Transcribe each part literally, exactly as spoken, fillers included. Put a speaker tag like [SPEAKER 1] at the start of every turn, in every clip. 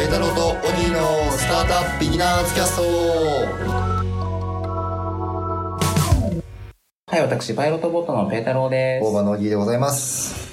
[SPEAKER 1] イ太郎とオニーのスタートアップビギナーズキャスト。
[SPEAKER 2] はい、私パイロットボットのペータローです。
[SPEAKER 1] 大場のオギーでございます。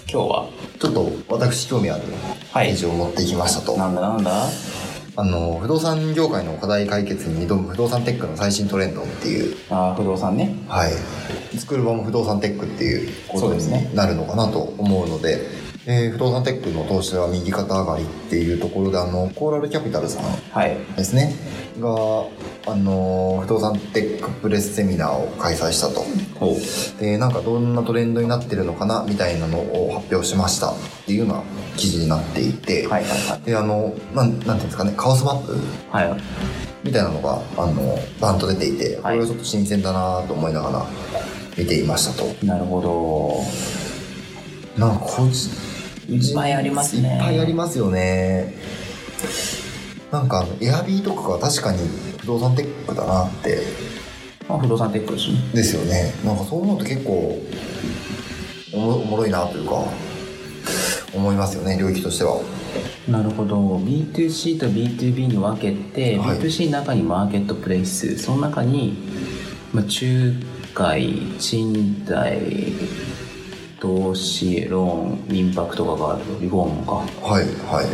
[SPEAKER 2] 今日は
[SPEAKER 1] ちょっと私興味ある記事を持ってきましたと、
[SPEAKER 2] はい、なんだなんだ
[SPEAKER 1] あの不動産業界の課題解決に挑む不動産テックの最新トレンドっていう。
[SPEAKER 2] あ、不動産ね。
[SPEAKER 1] はい、作る場も不動産テックっていうことになるのかなと思うので、えー、不動産テックの投資は右肩上がりっていうところで、あのコーラルキャピタルさんですね、はい、があの不動産テックプレスセミナーを開催したと。で、なんかどんなトレンドになってるのかなみたいなのを発表しましたっていうような記事になっていて、はいはいはい、で、あのなん、なんていうんですかね、カオスマップ、はい、みたいなのがあのバンと出ていて、これはちょっと新鮮だなと思いながら見ていましたと。
[SPEAKER 2] なるほど。
[SPEAKER 1] なんかこいつ
[SPEAKER 2] いっぱいありますね。
[SPEAKER 1] いっぱいありますよね。なんかあのエアビーとかが確かに不動産テックだなって。
[SPEAKER 2] あ、不動産テックですね。
[SPEAKER 1] ですよね。なんかそう思うと結構お も, おもろいなというか思いますよね、領域としては。
[SPEAKER 2] なるほど。 ビーツーシー と ビーツービー に分けて、はい、ビーツーシー の中にマーケットプレイス、その中に、まあ、仲介、賃貸、投資、ローン、民泊とかがあると、リフォームか。
[SPEAKER 1] はいはい。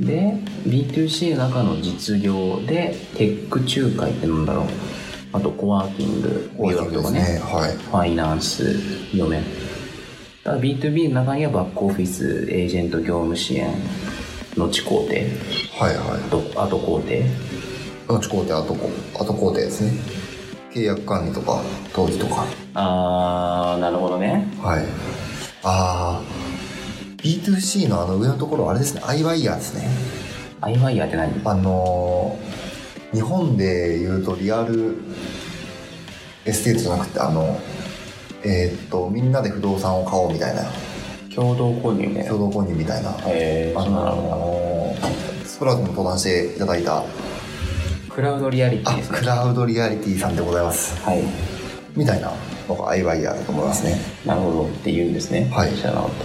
[SPEAKER 2] で ビーツーシー の中の実業でテック仲介ってなんだろう、あとコワーキング、
[SPEAKER 1] コワーキングですね、はい、
[SPEAKER 2] ファイナンス、よめん。ただ ビーツービー の中にはバックオフィス、エージェント業務支援、後工程、
[SPEAKER 1] はいはい、
[SPEAKER 2] あと工程、
[SPEAKER 1] 後工程、あとあと工程ですね。契約管理とか登記とか。
[SPEAKER 2] あー、なるほどね。
[SPEAKER 1] はい。あー、ビーツーシー のあの上のところあれですね、アイワイヤーですね。
[SPEAKER 2] アイワイヤーって何？
[SPEAKER 1] あのー、日本でいうとリアルエステートじゃなくて、あのえー、っとみんなで不動産を買おうみたいな、
[SPEAKER 2] 共同購入ね。
[SPEAKER 1] 共同購入みたいな、
[SPEAKER 2] へー、
[SPEAKER 1] あのー、スプラウトに登壇していただいた
[SPEAKER 2] クラウドリアリティですね。
[SPEAKER 1] クラウドリアリティさんでございます。
[SPEAKER 2] はい。
[SPEAKER 1] みたいなのがアイワイヤーだと思いますね。
[SPEAKER 2] なるほどって言うんですね。
[SPEAKER 1] はい。
[SPEAKER 2] 知らなかった。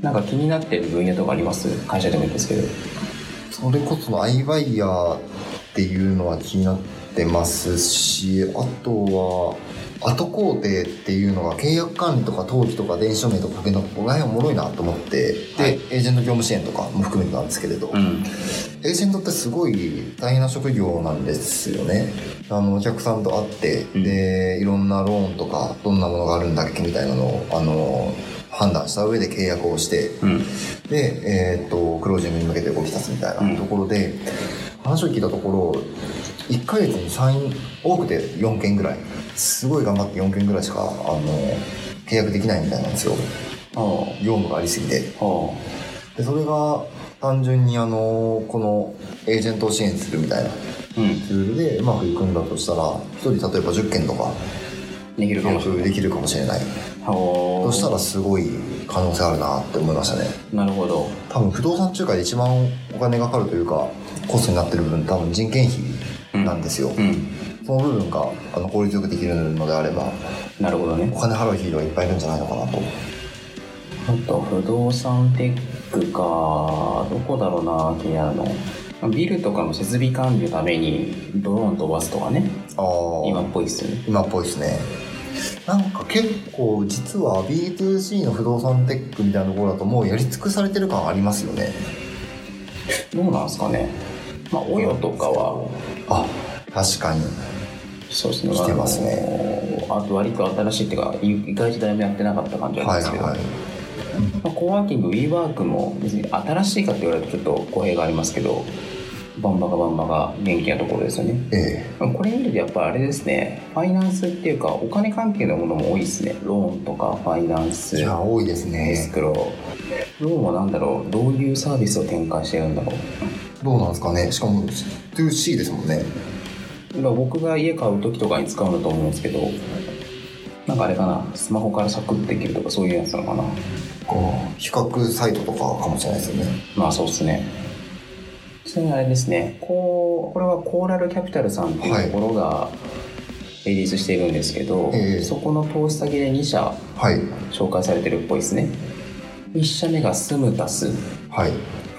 [SPEAKER 2] なんか気になってる分野とかあります？会社でもいいんですけど。
[SPEAKER 1] それこそアイワイヤーっていうのは気になってますし、あとは後工程っていうのが契約管理とか登記とか電子署名とかかけるのがここら辺おもろいなと思って、はい、でエージェント業務支援とかも含めてなんですけれど、うん、エージェントってすごい大変な職業なんですよね。あのお客さんと会って、うん、でいろんなローンとかどんなものがあるんだっけみたいなのをあの判断した上で契約をして、うん、で、えー、っとクロージングに向けて動き出すみたいなところで、うん、話を聞いたところいっかげつにさん、多くてよんけんぐらい、すごい頑張ってよんけんぐらいしかあの契約できないみたいなんですよ。業務がありすぎて。でそれが単純にあのこのエージェントを支援するみたいなツールでうまくいくんだとしたら、ひとり例えばじゅっけんとか
[SPEAKER 2] できるかもしれない。
[SPEAKER 1] できるかもしれない。としたらすごい可能性あるなって思いましたね。
[SPEAKER 2] なるほど。
[SPEAKER 1] 多分不動産仲介で一番お金がかかるというかコストになってる部分、多分人件費なんですよ、うんうん、その部分があの効率よくできるのであれば、
[SPEAKER 2] なるほどね、
[SPEAKER 1] お金払うヒーローはいっぱいいるんじゃないのかなと。
[SPEAKER 2] あと不動産テックか、どこだろうな、気になるの。ビルとかの設備管理のためにドローン飛ばすとかね。あ、今っぽいっすね。
[SPEAKER 1] 今っぽいっすね。なんか結構実は ビーツーシー の不動産テックみたいなところだともうやり尽くされてる感ありますよね。
[SPEAKER 2] どうなんすかね。まあオヨとかは、
[SPEAKER 1] あ、確かに
[SPEAKER 2] そうですね、
[SPEAKER 1] 来てますね。
[SPEAKER 2] あと割と新しいっていうか意外と誰もやってなかった感じなんですけど、はいはい、まあ、コワーキング、ウィーワークも別に新しいかって言われるとちょっと語弊がありますけど、バンバがバンバが元気なところですよね、ええ、これ見るとやっぱあれですね、ファイナンスっていうかお金関係のものも多いですね。ローンとかファイナンス、
[SPEAKER 1] いや多いですね。
[SPEAKER 2] エスクロー、ローンは何だろう、どういうサービスを展開してるんだろう。
[SPEAKER 1] どうなんですかね。しかも ツーシー ですもんね。
[SPEAKER 2] 僕が家買う時とかに使うんだと思うんですけど、なんかあれかな、スマホからサクッとできるとかそういうやつなのかな。
[SPEAKER 1] 比較サイトとかかもしれないですよね。
[SPEAKER 2] まあそうですね。ちなみにあれですね、こうこれはコーラルキャピタルさんっていうところがリリースしているんですけど、はい、そこの投資先でにしゃ紹介されてるっぽいですね。いっしゃめがスムタス、はい、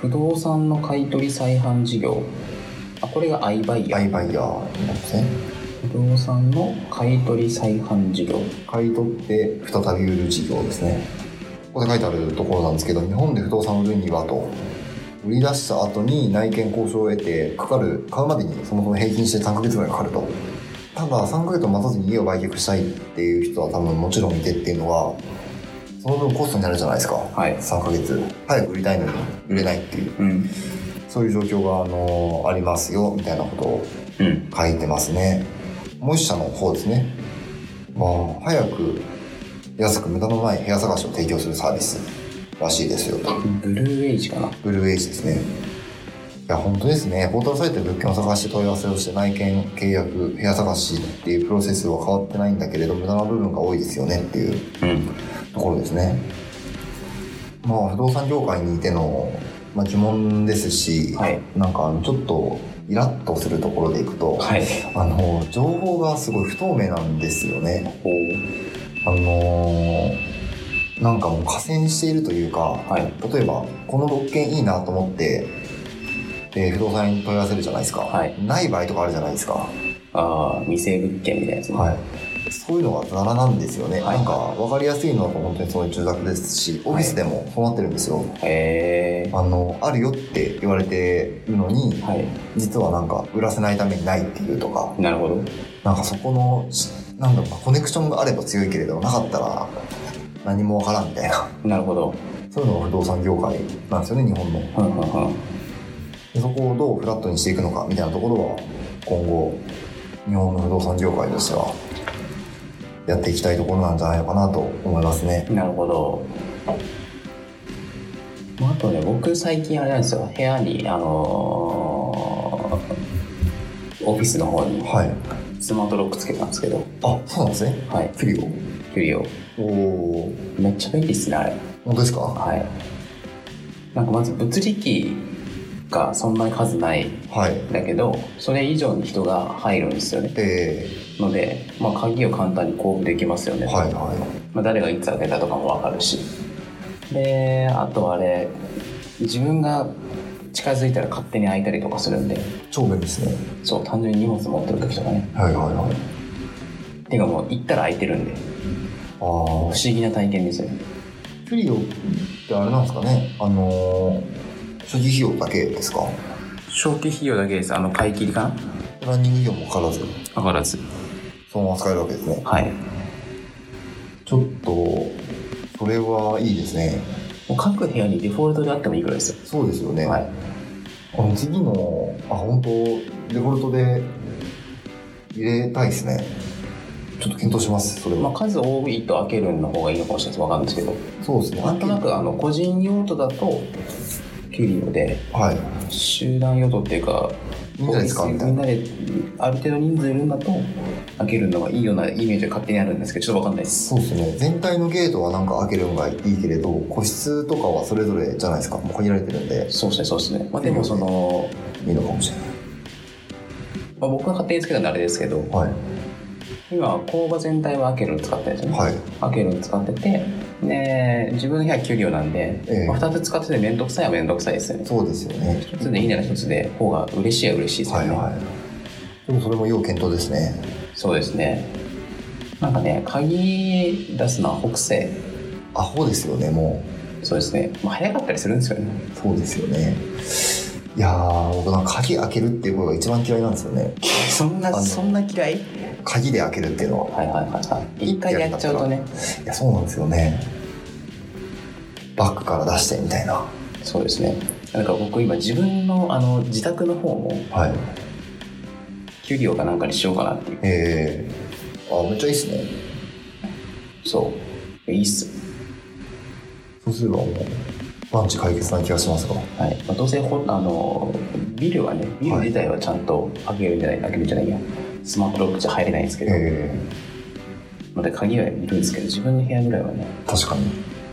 [SPEAKER 2] 不動産の買取再販事業、あ、これがアイバイヤー。
[SPEAKER 1] アイバイヤーなんですね。
[SPEAKER 2] 不動産の買取再販事業。
[SPEAKER 1] 買い取って再び売る事業ですね。ここで書いてあるところなんですけど、日本で不動産を売るにはと、売り出した後に内見交渉を得て、かかる、買うまでにそもそも平均してさんかげつぐらいかかると。たださんかげつを待たずに家を売却したいっていう人は多分もちろんいてっていうのは、その分コストになるじゃないですか。
[SPEAKER 2] はい。
[SPEAKER 1] さんかげつ。早く売りたいのに売れないっていう。
[SPEAKER 2] うん。
[SPEAKER 1] そういう状況が、あの、ありますよ、みたいなことを書いてますね。うん、もう一社の方ですね。まあ、早く、安く無駄のない部屋探しを提供するサービスらしいですよと。
[SPEAKER 2] ブルーエイジかな。
[SPEAKER 1] ブルーエイジですね。いや、本当ですね。ポータルサイトで物件を探して問い合わせをして内見、契約、部屋探しっていうプロセスは変わってないんだけれど、無駄な部分が多いですよねっていうところですね。うん、まあ、不動産業界にいての、まあ、疑問ですし、はい、なんかあのちょっとイラッとするところでいくと、はい、あの情報がすごい不透明なんですよね。あのー、なんかもう寡占しているというか、はい、例えばこの物件いいなと思ってで不動産に問い合わせるじゃないですか、はい、ない場合とかあるじゃないですか。
[SPEAKER 2] ああ、未成物件みたいなやつね。はい、
[SPEAKER 1] そういうのがザラなんですよね。はい、なんか分かりやすいのは本当にそういう住宅ですし、オフィスでもそうなってるんですよ。はい、へー。あのあるよって言われてるのに、はい、実はなんか売らせないためにないっていうとか。
[SPEAKER 2] なるほど。
[SPEAKER 1] なんかそこのなんだろうな、コネクションがあれば強いけれどなかったら何もわからんみたいな。
[SPEAKER 2] なるほど。
[SPEAKER 1] そういうのが不動産業界なんですよね、日本の。うんうんうん、でそこをどうフラットにしていくのかみたいなところは今後日本の不動産業界としてはやっていきたいところなんじゃないのかなと思いますね。
[SPEAKER 2] なるほど。あとね、僕最近あれなんですよ、部屋にあのー、オフィスの方にスマートロックつけたんですけど、はい、
[SPEAKER 1] あ、そうなんですね。はい。キュリオ。
[SPEAKER 2] キュリオ。おー。めっちゃ便利ですね、あれ。
[SPEAKER 1] 本当ですか？
[SPEAKER 2] はい。なんかまず物理機がそんなに数ないんだけど、はい、それ以上に人が入るんですよね。えー、ので、まあ、鍵を簡単に交付できますよね。はいはい。まあ、誰がいつ開けたとかも分かるし。で、あとあれ、自分が近づいたら勝手に開いたりとかするんで。
[SPEAKER 1] 超便利ですね。
[SPEAKER 2] そう、単純に荷物持ってる時とかね。はいはいはい。っていうかもう行ったら開いてるんで。ああ。不思議な体験ですよね。
[SPEAKER 1] キュリオってあれなんですかね。あのー。初期費用だけですか？
[SPEAKER 2] 初期費用だけです。あの買い切りかな。
[SPEAKER 1] ランニング費用もかからず。
[SPEAKER 2] かからず。
[SPEAKER 1] そのまま使えるわけですね。
[SPEAKER 2] はい。
[SPEAKER 1] ちょっとそれはいいですね。
[SPEAKER 2] もう各部屋にデフォルトであってもいいくらいですよ。
[SPEAKER 1] そうですよね。はい。あの次のあ本当デフォルトで入れたいですね。ちょっと検討します。それは。
[SPEAKER 2] まあ、数多いと開けるの方がいいのかもしれないです。わかんないですけど。
[SPEAKER 1] そうですね。
[SPEAKER 2] なんとなくあの個人用途だとキュリオで、はい、集団用途っていうか
[SPEAKER 1] みんなで使うみたいな、
[SPEAKER 2] みんなである程度人数いるんだと開けるのがいいようなイメージが勝手にあるんですけど、ちょっと分かんないです。
[SPEAKER 1] そうですね。全体のゲートはなんか開けるのがいいけれど、個室とかはそれぞれじゃないですか。もう限られてるんで。
[SPEAKER 2] そうですね、そうですね。まあ、でもその
[SPEAKER 1] いいのかもしれない。
[SPEAKER 2] まあ、僕が勝手につけたのはあれですけど、はい、今工場全体はアケルン使ってるんですよね。はい、アケルン使ってて、で自分の部屋はキュリオなんで、えーまあ、ふたつ使ってて面倒くさいは面倒くさいですよね。
[SPEAKER 1] そうですよね。
[SPEAKER 2] ひとつでいいならひとつで方が嬉しいは嬉しいですよね。はいはい、
[SPEAKER 1] でもそれも要検討ですね。
[SPEAKER 2] そうですね。なんかね、鍵出すのは北西。
[SPEAKER 1] アホですよね、も
[SPEAKER 2] う。そうですね。まあ、早かったりするんですよね。
[SPEAKER 1] そうですよね。いやー、僕なんか鍵開けるっていう声が一番嫌いなんですよね。
[SPEAKER 2] そんなそんな嫌い？
[SPEAKER 1] 鍵で開けるっていうのは。
[SPEAKER 2] はいはいはいはい。一回やっちゃうとね。
[SPEAKER 1] いや、そうなんですよね。バッグから出してみたいな。
[SPEAKER 2] そうですね。なんか僕今自分のあの自宅の方も、はい、キュリオかなんかにしようかなっていう。
[SPEAKER 1] えー、あ、めっちゃいいっすね。
[SPEAKER 2] そう。いいっす。
[SPEAKER 1] そうすればもう万事解決な気がしますが。
[SPEAKER 2] はい。まあ、どうせほあのビルはね、ビル自体はちゃんと開けるんじゃない、開けるんじゃないや。スマートロックじゃ入れないんですけど。えー、また鍵はいるんですけど、自分の部屋ぐらいはね。
[SPEAKER 1] 確かに。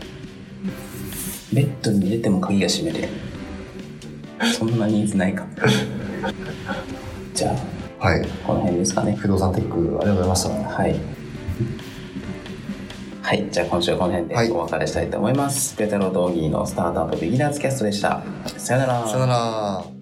[SPEAKER 2] ベッドに入れても鍵が閉めてる。そんなニーズないか。じゃあ、はい、この辺ですかね。
[SPEAKER 1] 不動産テックありがとうございました。
[SPEAKER 2] はい。 はい、じゃあ今週はこの辺でお別れしたいと思います。ペタロー・ドーギーのスタートアップビギナーズキャストでした。さよなら。
[SPEAKER 1] さよなら。